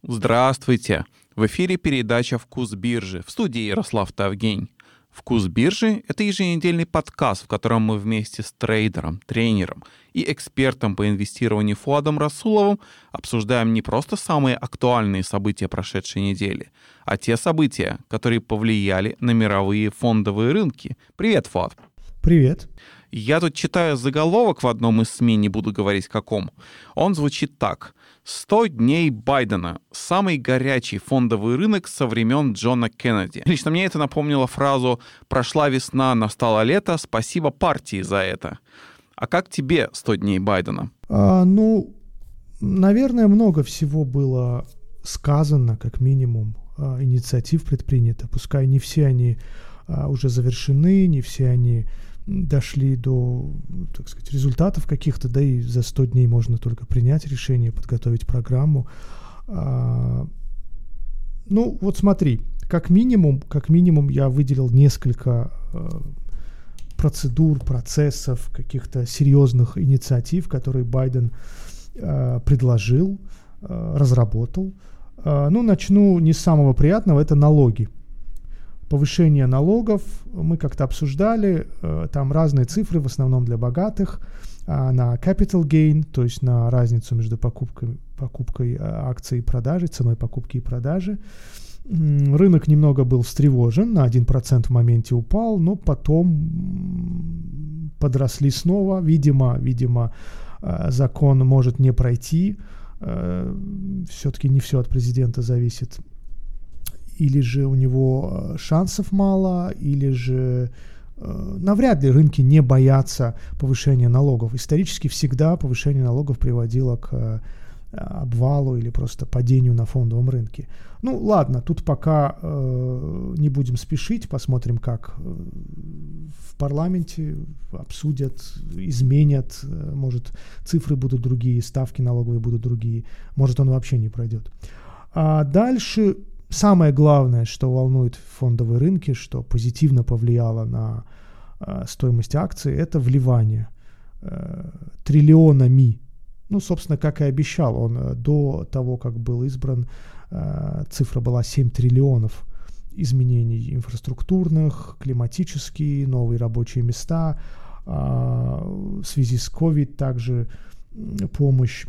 Здравствуйте! В эфире передача «Вкус биржи» в студии Ярослав Тавгень. «Вкус биржи» — это еженедельный подкаст, в котором мы вместе с трейдером, тренером и экспертом по инвестированию Фуадом Расуловым обсуждаем не просто самые актуальные события прошедшей недели, а те события, которые повлияли на мировые фондовые рынки. Привет, Фуад! Привет! Я тут читаю заголовок в одном из СМИ, не буду говорить каком. Он звучит так. «100 дней Байдена. Самый горячий фондовый рынок со времен Джона Кеннеди». Лично мне это напомнило фразу «Прошла весна, настало лето. Спасибо партии за это». А как тебе 100 дней Байдена? Наверное, много всего было сказано, как минимум, инициатив предпринято. Пускай не все они уже завершены, не все они дошли до, так сказать, результатов каких-то, да и за 100 дней можно только принять решение, подготовить программу. Вот смотри, как минимум я выделил несколько процедур, процессов, каких-то серьезных инициатив, которые Байден предложил, разработал. Начну не с самого приятного, это налоги. Повышение налогов мы как-то обсуждали, там разные цифры, в основном для богатых, на capital gain, то есть на разницу между покупкой акций и продажей, ценой покупки и продажи. Рынок немного был встревожен, на 1% в моменте упал, но потом подросли снова. Видимо, закон может не пройти, все-таки не все от президента зависит. Или же у него шансов мало, или же навряд ли рынки не боятся повышения налогов. Исторически всегда повышение налогов приводило к обвалу или просто падению на фондовом рынке. Ладно, тут пока не будем спешить, посмотрим, как в парламенте обсудят, изменят, может, цифры будут другие, ставки налоговые будут другие, может, он вообще не пройдет. А дальше самое главное, что волнует фондовые рынки, что позитивно повлияло на стоимость акций, это вливание триллионами. Собственно, как и обещал он до того, как был избран, цифра была 7 триллионов изменений инфраструктурных, климатические, новые рабочие места, в связи с COVID также помощь.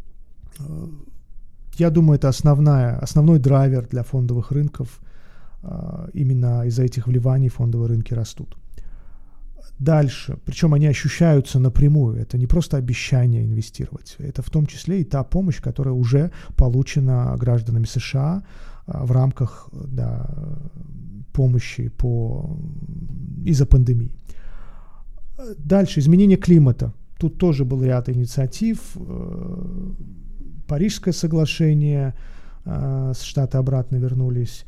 Я думаю, это основной драйвер для фондовых рынков. Именно из-за этих вливаний фондовые рынки растут. Дальше, причем они ощущаются напрямую. Это не просто обещание инвестировать. Это в том числе и та помощь, которая уже получена гражданами США в рамках помощи из-за пандемии. Дальше, изменение климата. Тут тоже был ряд инициатив. Парижское соглашение, Штаты обратно вернулись,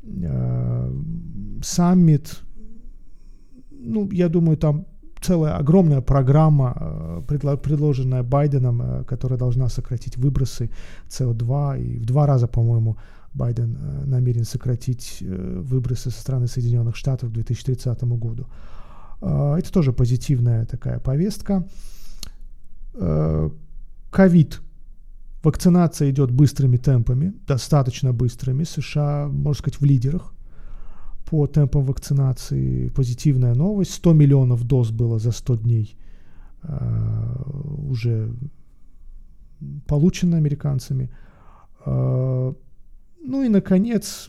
саммит. Я думаю, там целая огромная программа, предложенная Байденом, которая должна сократить выбросы СО2. И в 2 раза, по-моему, Байден намерен сократить выбросы со стороны Соединенных Штатов к 2030 году. Это тоже позитивная такая повестка. Ковид. Вакцинация идет быстрыми темпами, достаточно быстрыми. США, можно сказать, в лидерах по темпам вакцинации. Позитивная новость. 100 миллионов доз было за 100 дней уже получено американцами. И, наконец,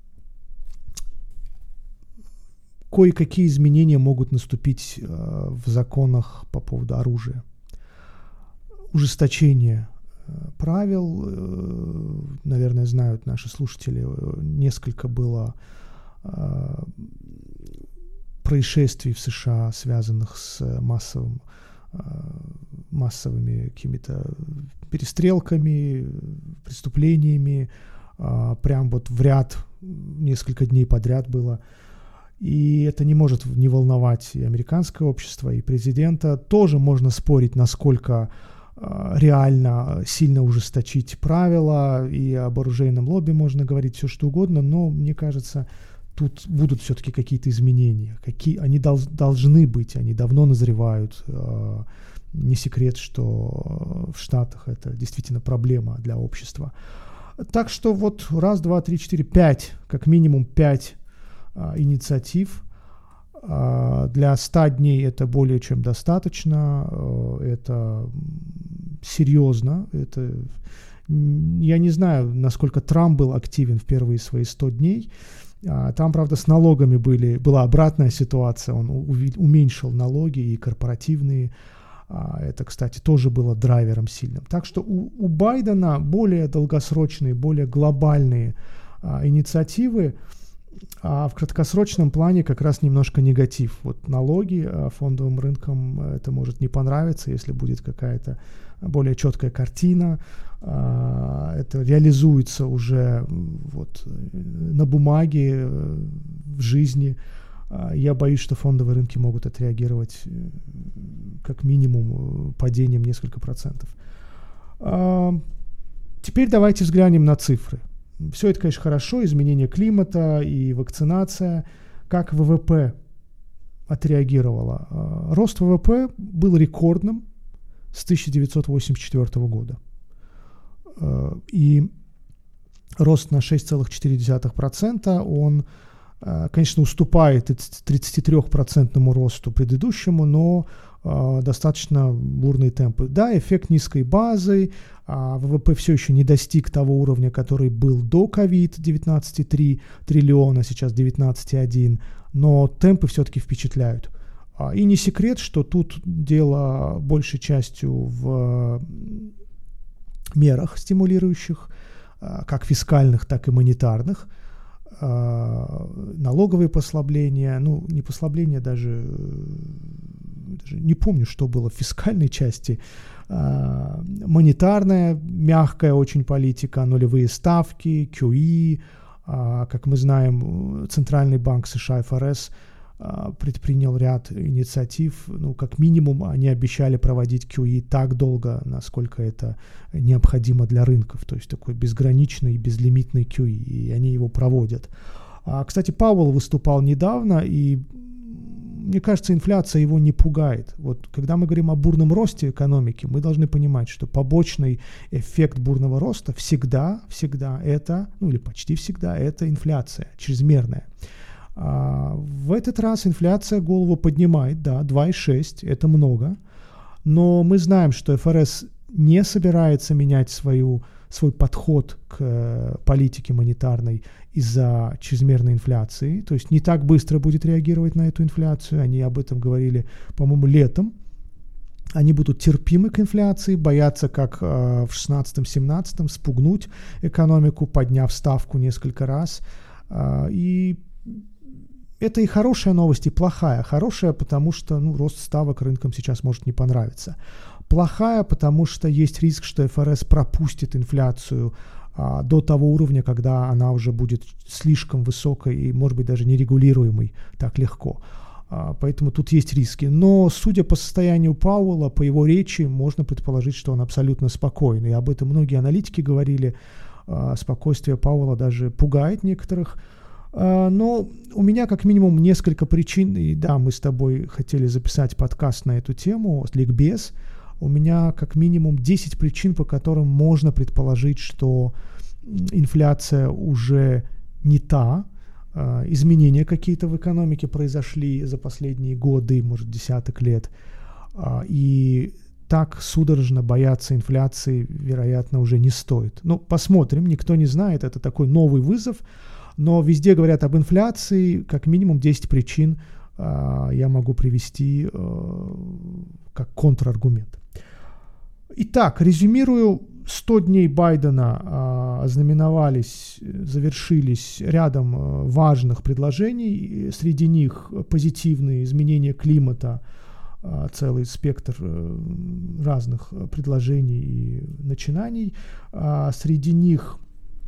кое-какие изменения могут наступить в законах по поводу оружия. Ужесточение правил, наверное, знают наши слушатели, несколько было происшествий в США, связанных с массовыми какими-то перестрелками, преступлениями, прям вот в ряд, несколько дней подряд было. И это не может не волновать и американское общество, и президента. Тоже можно спорить, насколько реально сильно ужесточить правила, и об оружейном лобби можно говорить все что угодно, но мне кажется, тут будут все-таки какие-то изменения. Они должны быть, они давно назревают. Не секрет, что в Штатах это действительно проблема для общества. Так что вот раз, два, три, четыре, пять, как минимум 5 инициатив. Для 100 дней это более чем достаточно, это серьезно, это... Я не знаю, насколько Трамп был активен в первые свои 100 дней. Там, правда, с налогами была обратная ситуация, он уменьшил налоги и корпоративные. Это, кстати, тоже было драйвером сильным. Так что у Байдена более долгосрочные, более глобальные инициативы, а в краткосрочном плане как раз немножко негатив. Вот налоги фондовым рынкам это может не понравиться, если будет какая-то более четкая картина. Это реализуется уже вот на бумаге, в жизни. Я боюсь, что фондовые рынки могут отреагировать как минимум падением несколько процентов. Теперь давайте взглянем на цифры. Все это, конечно, хорошо, изменение климата и вакцинация. Как ВВП отреагировало? Рост ВВП был рекордным с 1984 года. И рост на 6,4%, он, конечно, уступает 33% росту предыдущему, но достаточно бурные темпы. Да, эффект низкой базы, ВВП все еще не достиг того уровня, который был до COVID, 19,3 триллиона, сейчас 19,1, но темпы все-таки впечатляют. И не секрет, что тут дело большей частью в мерах стимулирующих, как фискальных, так и монетарных, налоговые послабления, ну, не послабления, даже не помню, что было в фискальной части, монетарная, мягкая очень политика, нулевые ставки, QE, как мы знаем, Центральный банк США, ФРС, предпринял ряд инициатив, ну, как минимум, они обещали проводить QE так долго, насколько это необходимо для рынков, то есть такой безграничный и безлимитный QE, и они его проводят. Кстати, Пауэлл выступал недавно, и мне кажется, инфляция его не пугает. Вот когда мы говорим о бурном росте экономики, мы должны понимать, что побочный эффект бурного роста всегда это, ну или почти всегда, это инфляция чрезмерная. В этот раз инфляция голову поднимает, да, 2,6, это много, но мы знаем, что ФРС не собирается менять свой подход к политике монетарной из-за чрезмерной инфляции, то есть не так быстро будет реагировать на эту инфляцию, они об этом говорили, по-моему, летом. Они будут терпимы к инфляции, боятся, как в 16-17 спугнуть экономику, подняв ставку несколько раз, и это и хорошая новость, и плохая. Хорошая, потому что рост ставок рынкам сейчас может не понравиться. Плохая, потому что есть риск, что ФРС пропустит инфляцию до того уровня, когда она уже будет слишком высокой и, может быть, даже нерегулируемой так легко. Поэтому тут есть риски. Но, судя по состоянию Пауэлла, по его речи, можно предположить, что он абсолютно спокоен. И об этом многие аналитики говорили. Спокойствие Пауэлла даже пугает некоторых. Но у меня как минимум несколько причин, и да, мы с тобой хотели записать подкаст на эту тему, ликбез. У меня как минимум 10 причин, по которым можно предположить, что инфляция уже не та, изменения какие-то в экономике произошли за последние годы, может, десяток лет, и так судорожно бояться инфляции, вероятно, уже не стоит. Ну, посмотрим, никто не знает, это такой новый вызов, но везде говорят об инфляции, как минимум 10 причин я могу привести как контраргумент. Итак, резюмирую, 100 дней Байдена завершились рядом важных предложений, среди них позитивные изменения климата, целый спектр разных предложений и начинаний, среди них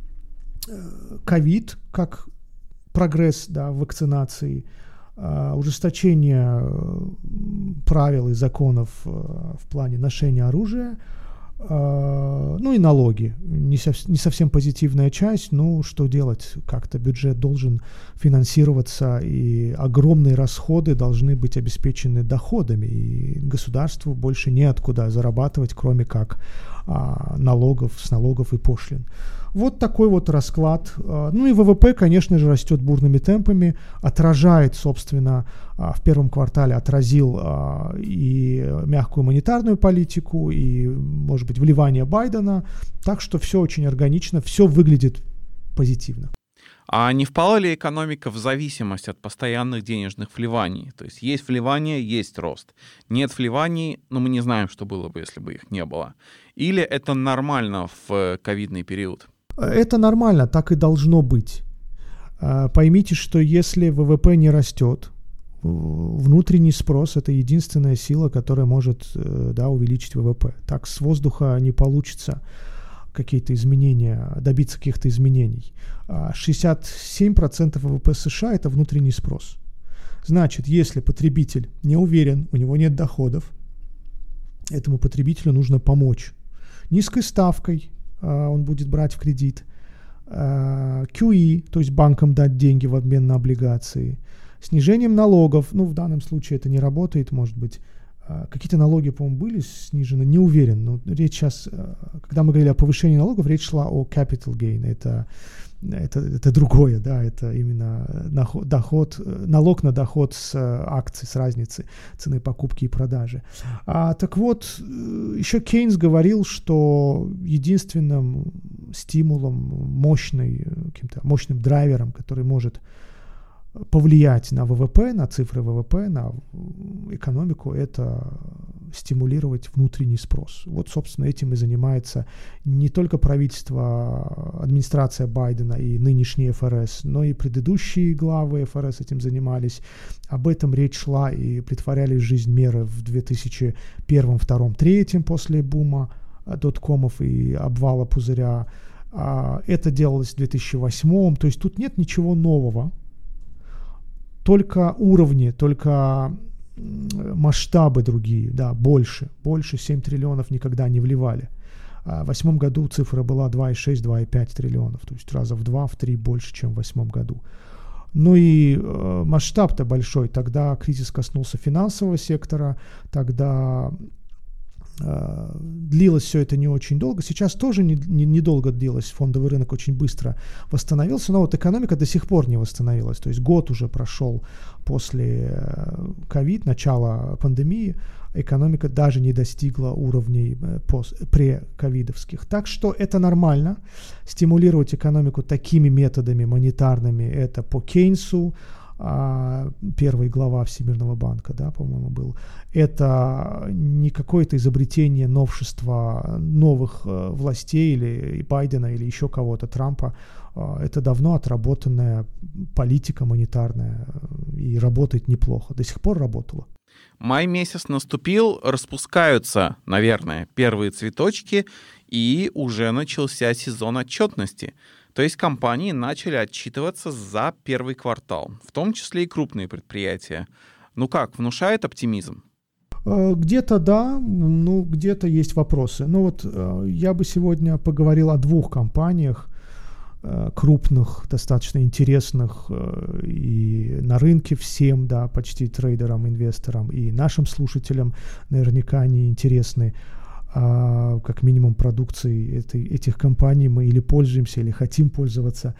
ковид как прогресс, да, в вакцинации, ужесточение правил и законов в плане ношения оружия, ну и налоги. Не совсем позитивная часть, но что делать? Как-то бюджет должен финансироваться, и огромные расходы должны быть обеспечены доходами, и государству больше неоткуда зарабатывать, кроме как с налогов и пошлин. Вот такой вот расклад. Ну и ВВП, конечно же, растет бурными темпами, отражает, собственно, в первом квартале отразил и мягкую монетарную политику, и, может быть, вливание Байдена. Так что все очень органично, все выглядит позитивно. А не впала ли экономика в зависимость от постоянных денежных вливаний? То есть вливания, есть рост. Нет вливаний, но мы не знаем, что было бы, если бы их не было. Или это нормально в ковидный период? Это нормально, так и должно быть. Поймите, что если ВВП не растет, внутренний спрос – это единственная сила, которая может увеличить ВВП. Так с воздуха не получится какие-то изменения, добиться каких-то изменений. 67% ВВП США – это внутренний спрос. Значит, если потребитель не уверен, у него нет доходов, этому потребителю нужно помочь. Низкой ставкой он будет брать в кредит, QE, то есть банкам дать деньги в обмен на облигации, снижением налогов, ну в данном случае это не работает, может быть, какие-то налоги, по-моему, были снижены, не уверен, но речь сейчас, когда мы говорили о повышении налогов, речь шла о capital gain, это другое, да, это именно налог на доход с акций, с разницы цены покупки и продажи. Так вот, еще Кейнс говорил, что единственным стимулом, каким-то мощным драйвером, который может повлиять на ВВП, на цифры ВВП, на экономику, это стимулировать внутренний спрос. Вот, собственно, этим и занимается не только правительство, администрация Байдена и нынешний ФРС, но и предыдущие главы ФРС этим занимались. Об этом речь шла и притворяли в жизнь меры в 2001, 2002, 2003 после бума доткомов и обвала пузыря. Это делалось в 2008, то есть тут нет ничего нового. Только уровни, только масштабы другие, да, больше 7 триллионов никогда не вливали. В 2008 году цифра была 2,6-2,5 триллионов, то есть раза в 2-3 больше, чем в 2008 году. Ну и масштаб-то большой, тогда кризис коснулся финансового сектора, тогда длилось все это не очень долго. Сейчас тоже недолго длилось, фондовый рынок очень быстро восстановился, но вот экономика до сих пор не восстановилась. То есть год уже прошел после ковид, начала пандемии, экономика даже не достигла уровней прековидовских. Так что это нормально. Стимулировать экономику такими методами монетарными, это по Кейнсу, первая глава Всемирного банка, да, по-моему, был. Это не какое-то изобретение новшества новых властей или Байдена, или еще кого-то, Трампа. Это давно отработанная политика монетарная и работает неплохо. До сих пор работала. Май месяц наступил, распускаются, наверное, первые цветочки, и уже начался сезон отчетности. То есть компании начали отчитываться за первый квартал, в том числе и крупные предприятия. Ну как, внушает оптимизм? Где-то да, ну где-то есть вопросы. Ну вот я бы сегодня поговорил о двух компаниях, крупных, достаточно интересных и на рынке всем, да, почти трейдерам, инвесторам и нашим слушателям наверняка они интересны. Как минимум продукцией этих компаний мы или пользуемся, или хотим пользоваться.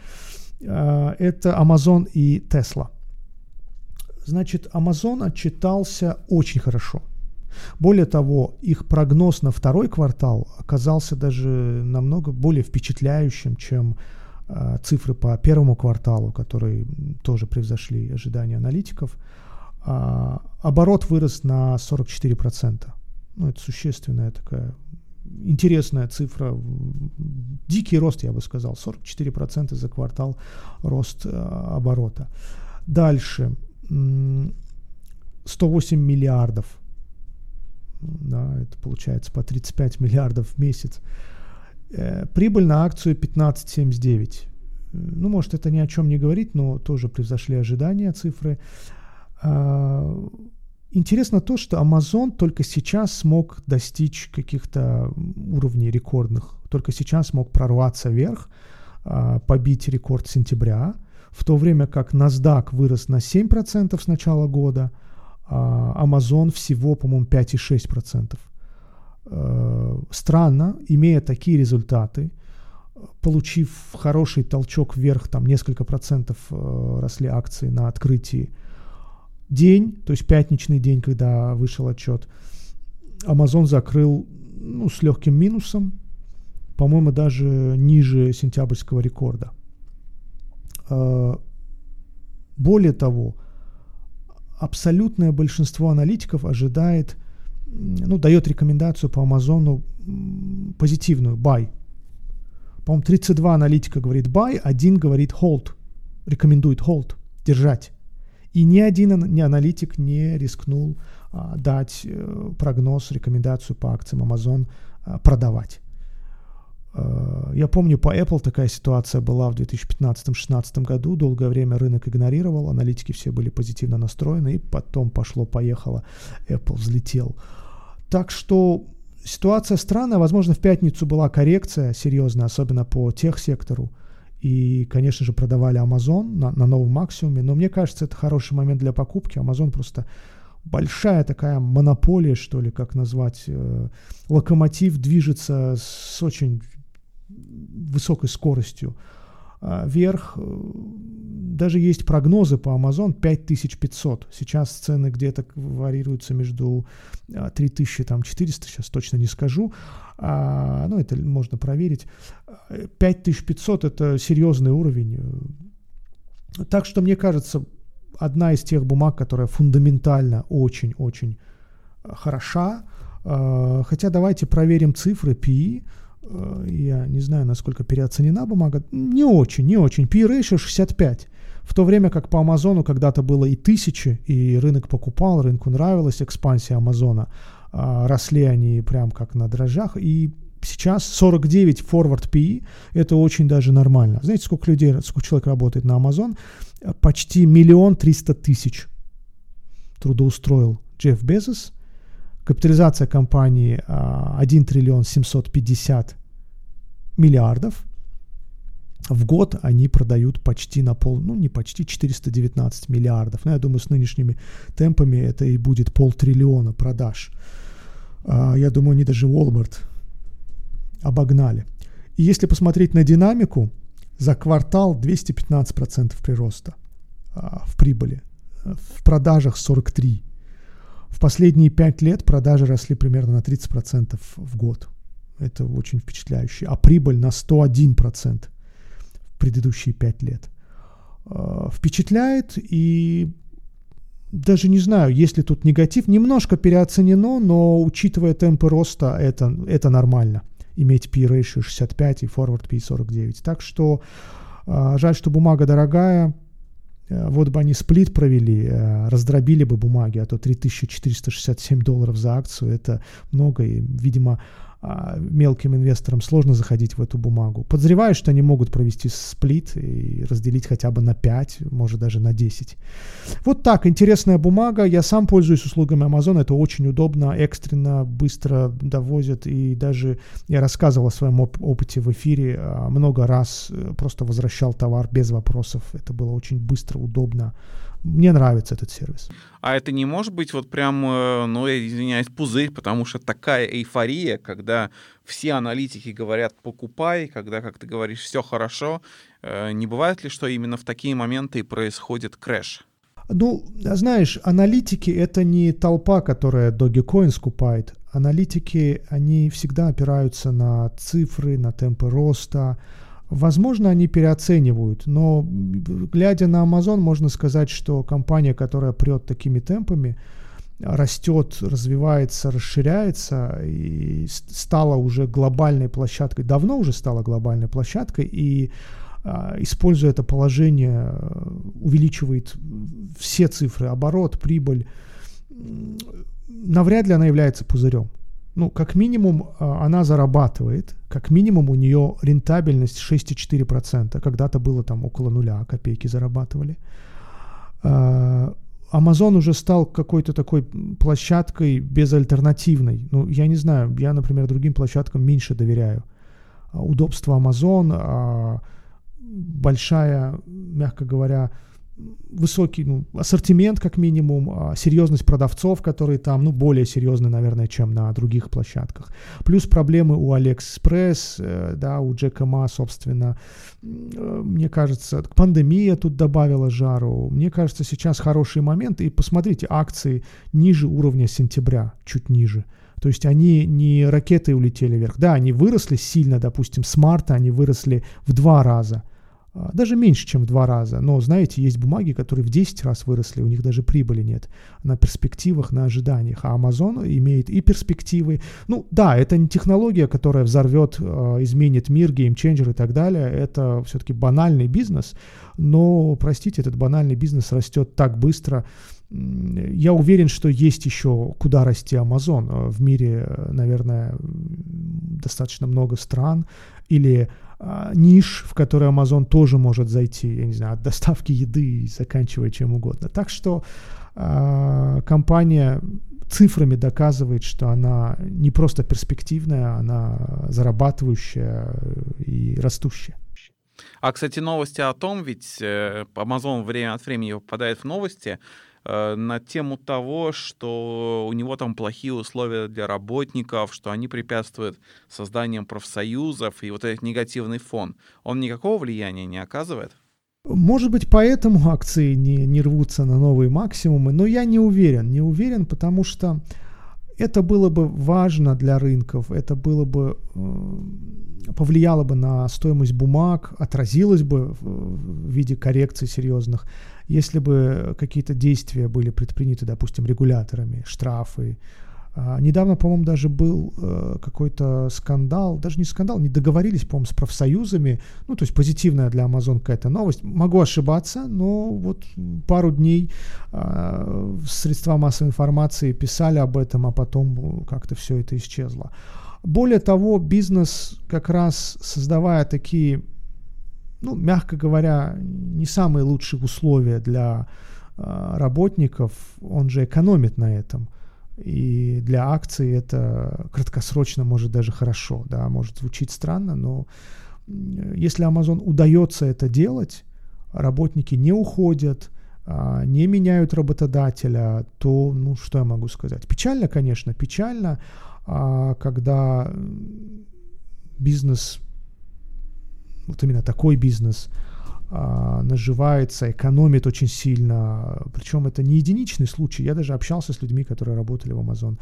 Это Amazon и Tesla. Значит, Amazon отчитался очень хорошо. Более того, их прогноз на второй квартал оказался даже намного более впечатляющим, чем цифры по первому кварталу, которые тоже превзошли ожидания аналитиков. Оборот вырос на 44%. Ну, это существенная такая интересная цифра. Дикий рост, я бы сказал. 44% за квартал рост оборота. Дальше. 108 миллиардов. Да, это получается по 35 миллиардов в месяц. Прибыль на акцию 15,79. Ну, может, это ни о чем не говорит, но тоже превзошли ожидания цифры. Интересно то, что Amazon только сейчас смог достичь каких-то уровней рекордных, только сейчас смог прорваться вверх, побить рекорд сентября, в то время как NASDAQ вырос на 7% с начала года, а Amazon всего, по-моему, 5,6%. Странно, имея такие результаты, получив хороший толчок вверх, там несколько процентов росли акции на открытии. День, то есть пятничный день, когда вышел отчет, Amazon закрыл с легким минусом, по-моему, даже ниже сентябрьского рекорда. Более того, абсолютное большинство аналитиков ожидает, дает рекомендацию по Амазону позитивную, buy. По-моему, 32 аналитика говорит buy, 1 говорит hold, рекомендует hold, держать. И ни один аналитик не рискнул дать прогноз, рекомендацию по акциям Amazon продавать. Я помню, по Apple такая ситуация была в 2015-2016 году. Долгое время рынок игнорировал, аналитики все были позитивно настроены, и потом пошло-поехало, Apple взлетел. Так что ситуация странная. Возможно, в пятницу была коррекция серьезная, особенно по техсектору. И, конечно же, продавали Amazon на новом максимуме. Но мне кажется, это хороший момент для покупки. Amazon просто большая такая монополия, что ли, как назвать. Локомотив движется с очень высокой скоростью вверх. Даже есть прогнозы по Amazon 5500. Сейчас цены где-то варьируются между 3400, сейчас точно не скажу. Это можно проверить. 5500 это серьезный уровень. Так что, мне кажется, одна из тех бумаг, которая фундаментально очень-очень хороша. Хотя давайте проверим цифры PE. Я не знаю, насколько переоценена бумага. Не очень. PE ratio 65. В то время как по Амазону когда-то было и 1000, и рынок покупал, рынку нравилась экспансия Амазона. Росли они прям как на дрожжах. И сейчас 49 forward PE, это очень даже нормально. Знаете, сколько человек работает на Amazon? Почти 1 300 000 трудоустроил Джефф Безос. Капитализация компании 1 750 миллиардов. В год они продают почти на не почти, 419 миллиардов. Я думаю, с нынешними темпами это и будет 500 billion продаж. Я думаю, они даже Walmart обогнали. И если посмотреть на динамику, за квартал 215% прироста в прибыли, в продажах 43%. В последние 5 лет продажи росли примерно на 30% в год. Это очень впечатляюще. А прибыль на 101% в предыдущие 5 лет. Впечатляет, и даже не знаю, есть ли тут негатив. Немножко переоценено, но учитывая темпы роста, это нормально. Иметь PE ratio 65 и forward PE 49. Так что жаль, что бумага дорогая. Вот бы они сплит провели, раздробили бы бумаги, а то $3467 за акцию, это много, и, видимо, мелким инвесторам сложно заходить в эту бумагу. Подозреваю, что они могут провести сплит и разделить хотя бы на 5, может даже на 10. Вот так, интересная бумага. Я сам пользуюсь услугами Amazon, это очень удобно, экстренно, быстро довозят. И даже я рассказывал о своем опыте в эфире, много раз просто возвращал товар без вопросов. Это было очень быстро, удобно. Мне нравится этот сервис. А это не может быть вот прям, я извиняюсь, пузырь, потому что такая эйфория, когда все аналитики говорят «покупай», когда, как ты говоришь, все хорошо. Не бывает ли, что именно в такие моменты и происходит крэш? Знаешь, аналитики — это не толпа, которая Dogecoin скупает. Аналитики, они всегда опираются на цифры, на темпы роста. Возможно, они переоценивают, но глядя на Amazon, можно сказать, что компания, которая прет такими темпами, растет, развивается, расширяется и стала уже глобальной площадкой, давно уже стала глобальной площадкой, и, используя это положение, увеличивает все цифры, оборот, прибыль. Навряд ли она является пузырем. Как минимум, она зарабатывает, как минимум у нее рентабельность 6,4%. Когда-то было там около 0, копейки зарабатывали. Amazon уже стал какой-то такой площадкой безальтернативной. Я не знаю, я, например, другим площадкам меньше доверяю. Удобство Amazon, большая, мягко говоря, высокий ассортимент, как минимум, серьезность продавцов, которые там, более серьезные, наверное, чем на других площадках. Плюс проблемы у AliExpress, да, у Jack Ma, собственно. Мне кажется, пандемия тут добавила жару. Мне кажется, сейчас хороший момент. И посмотрите, акции ниже уровня сентября, чуть ниже. То есть они не ракетой улетели вверх. Да, они выросли сильно, допустим, с марта они выросли в 2 раза. Даже меньше, чем в 2 раза. Но, знаете, есть бумаги, которые в 10 раз выросли, у них даже прибыли нет на перспективах, на ожиданиях. А Amazon имеет и перспективы. Да, это не технология, которая взорвет, изменит мир, геймченджер и так далее. Это все-таки банальный бизнес. Но, простите, этот банальный бизнес растет так быстро. Я уверен, что есть еще куда расти Amazon. В мире, наверное, достаточно много стран или ниш, в которые Amazon тоже может зайти, я не знаю, от доставки еды и заканчивая чем угодно. Так что компания цифрами доказывает, что она не просто перспективная, она зарабатывающая и растущая. А, кстати, новости о том, ведь Amazon время от времени попадает в новости на тему того, что у него там плохие условия для работников, что они препятствуют созданию профсоюзов, и вот этот негативный фон, он никакого влияния не оказывает? Может быть, поэтому акции не рвутся на новые максимумы, но я не уверен, потому что это было бы важно для рынков, это было бы повлияло бы на стоимость бумаг, отразилось бы в виде коррекций серьезных, если бы какие-то действия были предприняты, допустим, регуляторами, штрафы. Недавно, по-моему, даже был какой-то скандал, даже не скандал, не договорились, по-моему, с профсоюзами, то есть позитивная для Amazon какая-то новость. Могу ошибаться, но вот пару дней средства массовой информации писали об этом, а потом как-то все это исчезло. Более того, бизнес, как раз создавая такие, мягко говоря, не самые лучшие условия для работников, он же экономит на этом. И для акций это краткосрочно может даже хорошо, да, может звучить странно, но если Amazon удается это делать, работники не уходят, не меняют работодателя, то, что я могу сказать? Печально, конечно, печально, когда бизнес, вот именно такой бизнес, наживается, экономит очень сильно. Причем это не единичный случай. Я даже общался с людьми, которые работали в Amazon.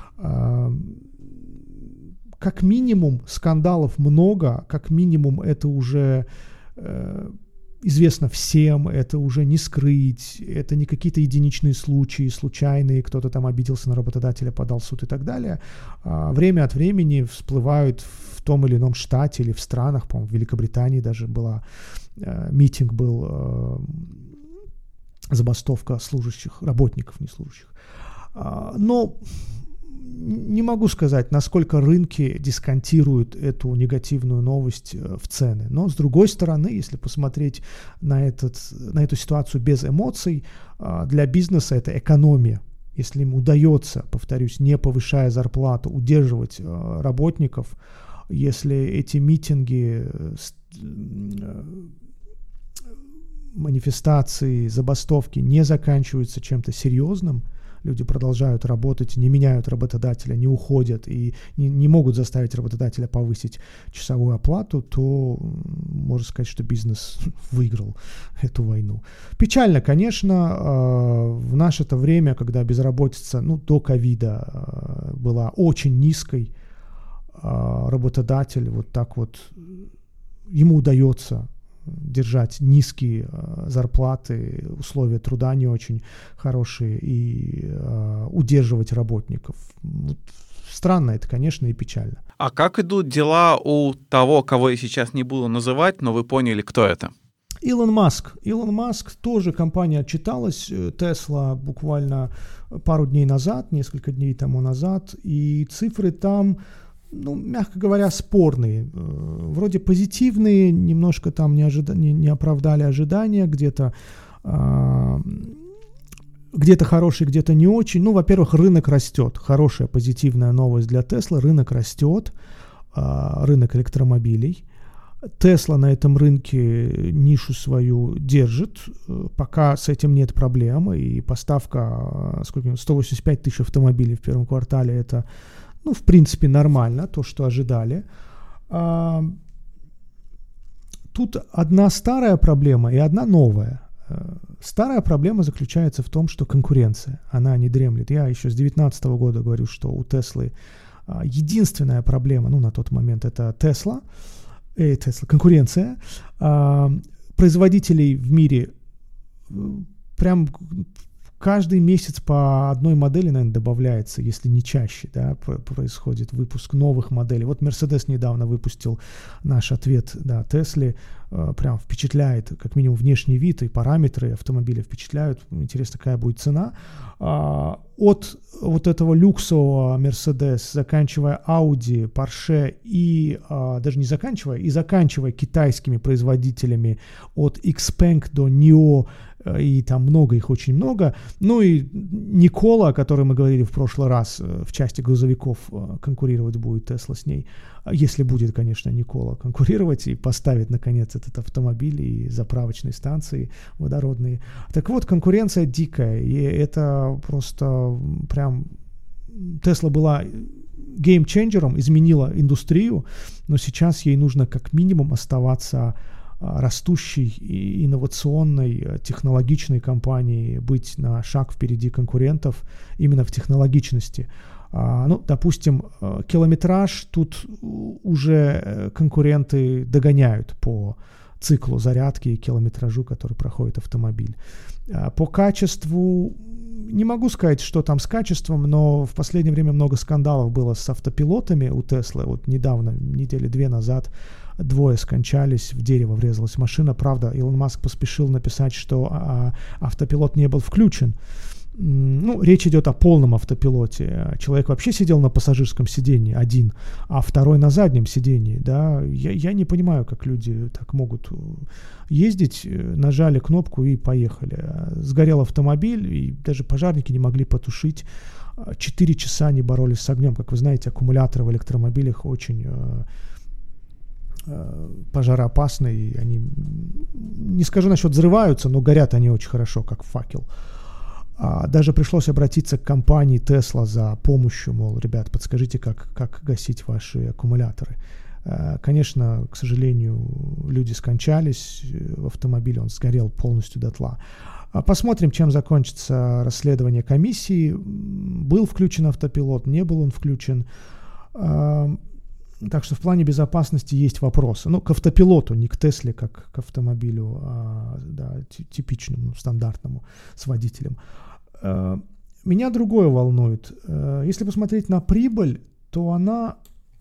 Как минимум скандалов много, как минимум это уже известно всем, это уже не скрыть, это не какие-то единичные случаи, случайные, кто-то там обиделся на работодателя, подал в суд и так далее. Время от времени всплывают в том или ином штате или в странах, по-моему, в Великобритании даже митинг был, забастовка служащих, работников, не служащих. Но не могу сказать, насколько рынки дисконтируют эту негативную новость в цены. Но, с другой стороны, если посмотреть на эту ситуацию без эмоций, для бизнеса это экономия. Если им удается, повторюсь, не повышая зарплату, удерживать работников, если эти митинги, манифестации, забастовки не заканчиваются чем-то серьезным, люди продолжают работать, не меняют работодателя, не уходят и не могут заставить работодателя повысить часовую оплату, то можно сказать, что бизнес выиграл эту войну. Печально, конечно, в наше-то время, когда безработица, до ковида была очень низкой, работодатель вот так вот, ему удается держать низкие зарплаты, условия труда не очень хорошие и удерживать работников. Вот странно это, конечно, и печально. А как идут дела у того, кого я сейчас не буду называть, но вы поняли, кто это? Илон Маск. Илон Маск, тоже компания отчиталась, Tesla буквально пару дней назад, несколько дней тому назад, и цифры там, мягко говоря, спорные. Вроде позитивные, немножко там не оправдали ожидания, где-то хорошие, где-то не очень. Во-первых, рынок растет. Хорошая позитивная новость для Tesla. Рынок растет, рынок электромобилей. Tesla на этом рынке нишу свою держит, пока с этим нет проблем, и поставка, 185 тысяч автомобилей в первом квартале, это, ну, в принципе, нормально, то, что ожидали. Тут одна старая проблема и одна новая. Старая проблема заключается в том, что конкуренция, она не дремлет. Я еще с 2019 года говорю, что у Теслы единственная проблема, ну, на тот момент, это Tesla, конкуренция. Производителей в мире прям каждый месяц по одной модели, наверное, добавляется, если не чаще, да, происходит выпуск новых моделей. Вот Mercedes недавно выпустил наш ответ, да, Тесле, прям впечатляет, как минимум внешний вид и параметры автомобиля впечатляют. Интересно, какая будет цена. От вот этого люксового Mercedes, заканчивая Audi, Porsche и даже не заканчивая, и заканчивая китайскими производителями от Xpeng до NIO, и там много, их очень много. Ну и Nikola, о которой мы говорили в прошлый раз, в части грузовиков конкурировать будет Tesla с ней. Если будет, конечно, Nikola конкурировать и поставить, наконец, этот автомобиль и заправочные станции водородные. Так вот, конкуренция дикая, и это просто прям... Tesla была геймченджером, изменила индустрию, но сейчас ей нужно как минимум оставаться растущей и инновационной, технологичной компанией, быть на шаг впереди конкурентов именно в технологичности. Ну, допустим, километраж тут уже конкуренты догоняют по циклу зарядки и километражу, который проходит автомобиль. По качеству не могу сказать, что там с качеством, но в последнее время много скандалов было с автопилотами у Теслы. Вот недавно, недели 2 назад, 2 скончались, в дерево врезалась машина. Правда, Илон Маск поспешил написать, что автопилот не был включен. Ну, речь идет о полном автопилоте. Человек вообще сидел на пассажирском сидении один, а второй на заднем сидении. Да? Я не понимаю, как люди так могут ездить. Нажали кнопку и поехали. Сгорел автомобиль, и даже пожарники не могли потушить. 4 часа они боролись с огнем. Как вы знаете, аккумуляторы в электромобилях очень пожароопасны. И они, не скажу насчет взрываются, но горят они очень хорошо, как факел. Даже пришлось обратиться к компании Tesla за помощью, мол, ребят, подскажите, как гасить ваши аккумуляторы. Конечно, к сожалению, люди скончались, автомобиль он сгорел полностью дотла. Посмотрим, чем закончится расследование комиссии. Был включен автопилот, не был он включен. Так что в плане безопасности есть вопросы. Ну, к автопилоту, не к Тесле, как к автомобилю, да, типичному, стандартному, с водителем. Меня другое волнует. Если посмотреть на прибыль, то она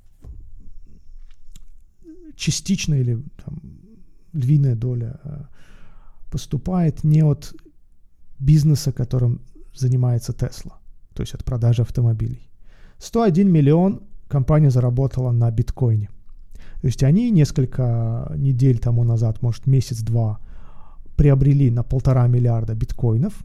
частично или там, львиная доля поступает не от бизнеса, которым занимается Tesla, то есть от продажи автомобилей. 101 миллион компания заработала на биткоине. То есть они несколько недель тому назад, может месяц-два, приобрели на 1,5 миллиарда биткоинов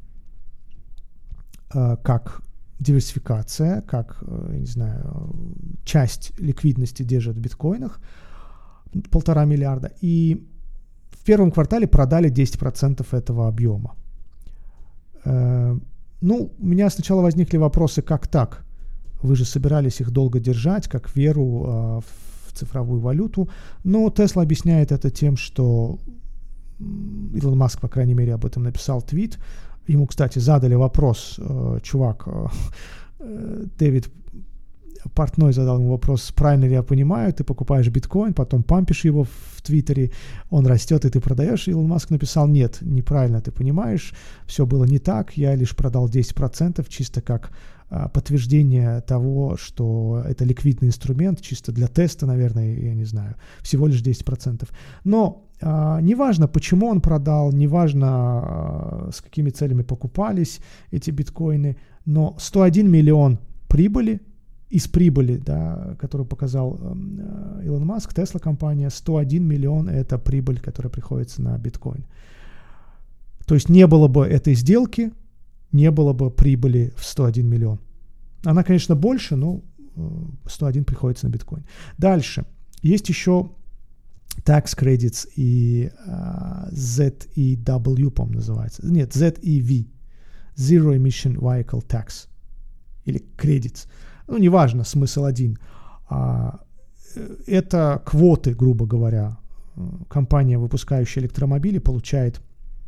как диверсификация, как, я не знаю, часть ликвидности держат в биткоинах, 1,5 миллиарда. И в первом квартале продали 10% этого объема. Ну, у меня сначала возникли вопросы, как так? Вы же собирались их долго держать, как веру в цифровую валюту. Но Tesla объясняет это тем, что Илон Маск, по крайней мере, об этом написал твит. Ему, кстати, задали вопрос, чувак, Дэвид Портной задал ему вопрос, правильно ли я понимаю, ты покупаешь биткоин, потом пампишь его в Твиттере, он растет, и ты продаешь. Илон Маск написал, нет, неправильно ты понимаешь, все было не так, я лишь продал 10%, чисто как подтверждение того, что это ликвидный инструмент, чисто для теста, наверное, я не знаю, всего лишь 10%. Но неважно, почему он продал, неважно, с какими целями покупались эти биткоины, но 101 миллион прибыли, из прибыли, да, которую показал Илон Маск, Tesla компания, 101 миллион – это прибыль, которая приходится на биткоин. То есть не было бы этой сделки, не было бы прибыли в 101 миллион. Она, конечно, больше, но 101 приходится на биткоин. Дальше. Есть еще tax credits и ZEW, по-моему, называется. Нет, ZEV, Zero Emission Vehicle Tax, или credits. Ну, неважно, смысл один. Это квоты, грубо говоря. Компания, выпускающая электромобили, получает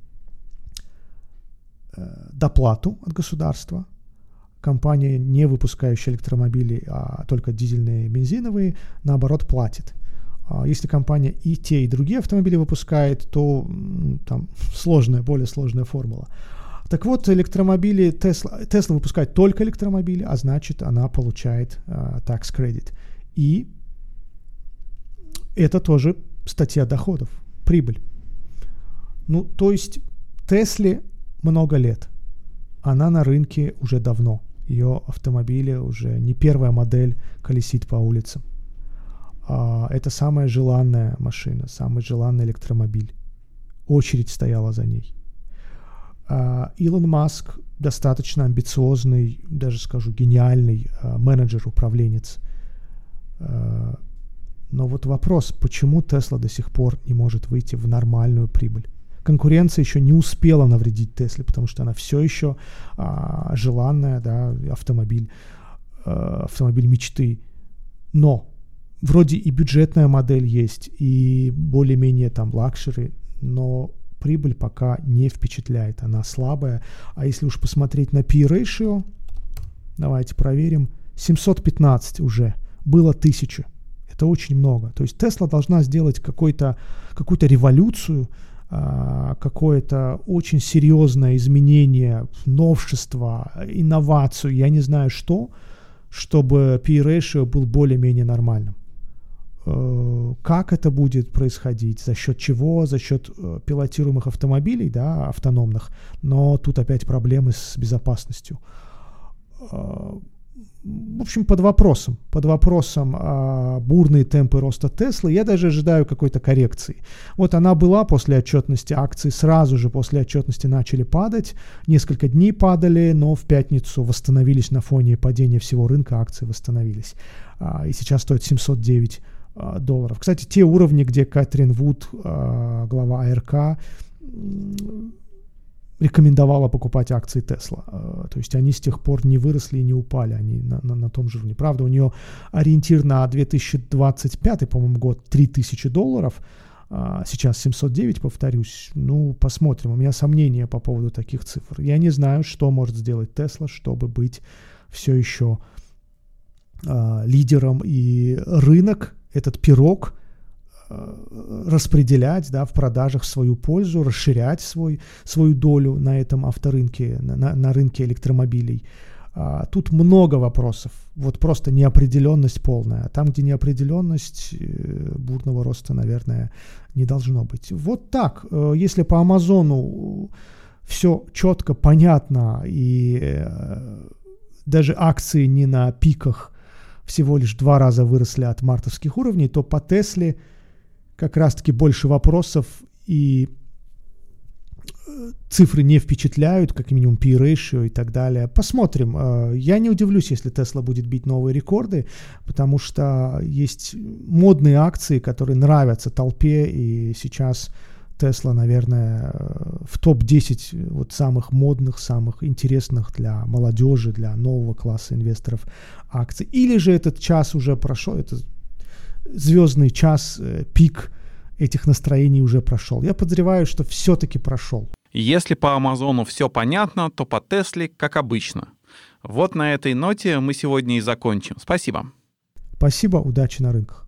доплату от государства. Компания, не выпускающая электромобили, а только дизельные, бензиновые, наоборот, платит. Если компания и те, и другие автомобили выпускает, то там более сложная формула. Так вот, электромобили Tesla выпускает только электромобили, а значит, она получает tax credit. И это тоже статья доходов, прибыль. Ну, то есть Тесле много лет. Она на рынке уже давно. Ее автомобили уже не первая модель колесит по улицам. Это самая желанная машина, самый желанный электромобиль. Очередь стояла за ней. Илон Маск достаточно амбициозный, даже скажу, гениальный менеджер-управленец. Но вот вопрос, почему Tesla до сих пор не может выйти в нормальную прибыль? Конкуренция еще не успела навредить Тесле, потому что она все еще желанная, да, автомобиль мечты. Но вроде и бюджетная модель есть, и более-менее там лакшери, но прибыль пока не впечатляет, она слабая. А если уж посмотреть на P-ratio, давайте проверим, 715 уже, было 1000. Это очень много. То есть Tesla должна сделать какую-то революцию, какое-то очень серьезное изменение, новшество, инновацию, я не знаю что, чтобы P-ratio был более-менее нормальным. Как это будет происходить, за счет чего, за счет пилотируемых автомобилей, да, автономных, но тут опять проблемы с безопасностью. В общем, под вопросом бурные темпы роста Теслы. Я даже ожидаю какой-то коррекции. Вот она была после отчетности, акции сразу же после отчетности начали падать. Несколько дней падали, но в пятницу восстановились на фоне падения всего рынка, акции восстановились. И сейчас стоит $709. Кстати, те уровни, где Кэтрин Вуд, глава АРК, рекомендовала покупать акции Tesla. То есть они с тех пор не выросли и не упали, они на том же уровне. Правда, у нее ориентир на 2025, по-моему, год $3000, сейчас 709, повторюсь. Ну, посмотрим. У меня сомнения по поводу таких цифр. Я не знаю, что может сделать Tesla, чтобы быть все еще лидером, и рынок, этот пирог, распределять, да, в продажах в свою пользу, расширять свою долю на этом авторынке, на рынке электромобилей. Тут много вопросов. Вот просто неопределенность полная. Там, где неопределенность, бурного роста, наверное, не должно быть. Вот так. Если по Амазону все четко, понятно, и даже акции не на пиках всего лишь 2 раза выросли от мартовских уровней, то по Тесле как раз-таки больше вопросов, и цифры не впечатляют, как минимум P-ratio и так далее. Посмотрим. Я не удивлюсь, если Tesla будет бить новые рекорды, потому что есть модные акции, которые нравятся толпе, и сейчас Tesla, наверное, в топ-10 вот самых модных, самых интересных для молодежи, для нового класса инвесторов акций. Или же этот час уже прошел, это звездный час, пик этих настроений уже прошел. Я подозреваю, что все-таки прошел. Если по Амазону все понятно, то по Тесле как обычно. Вот на этой ноте мы сегодня и закончим. Спасибо. Спасибо, удачи на рынках.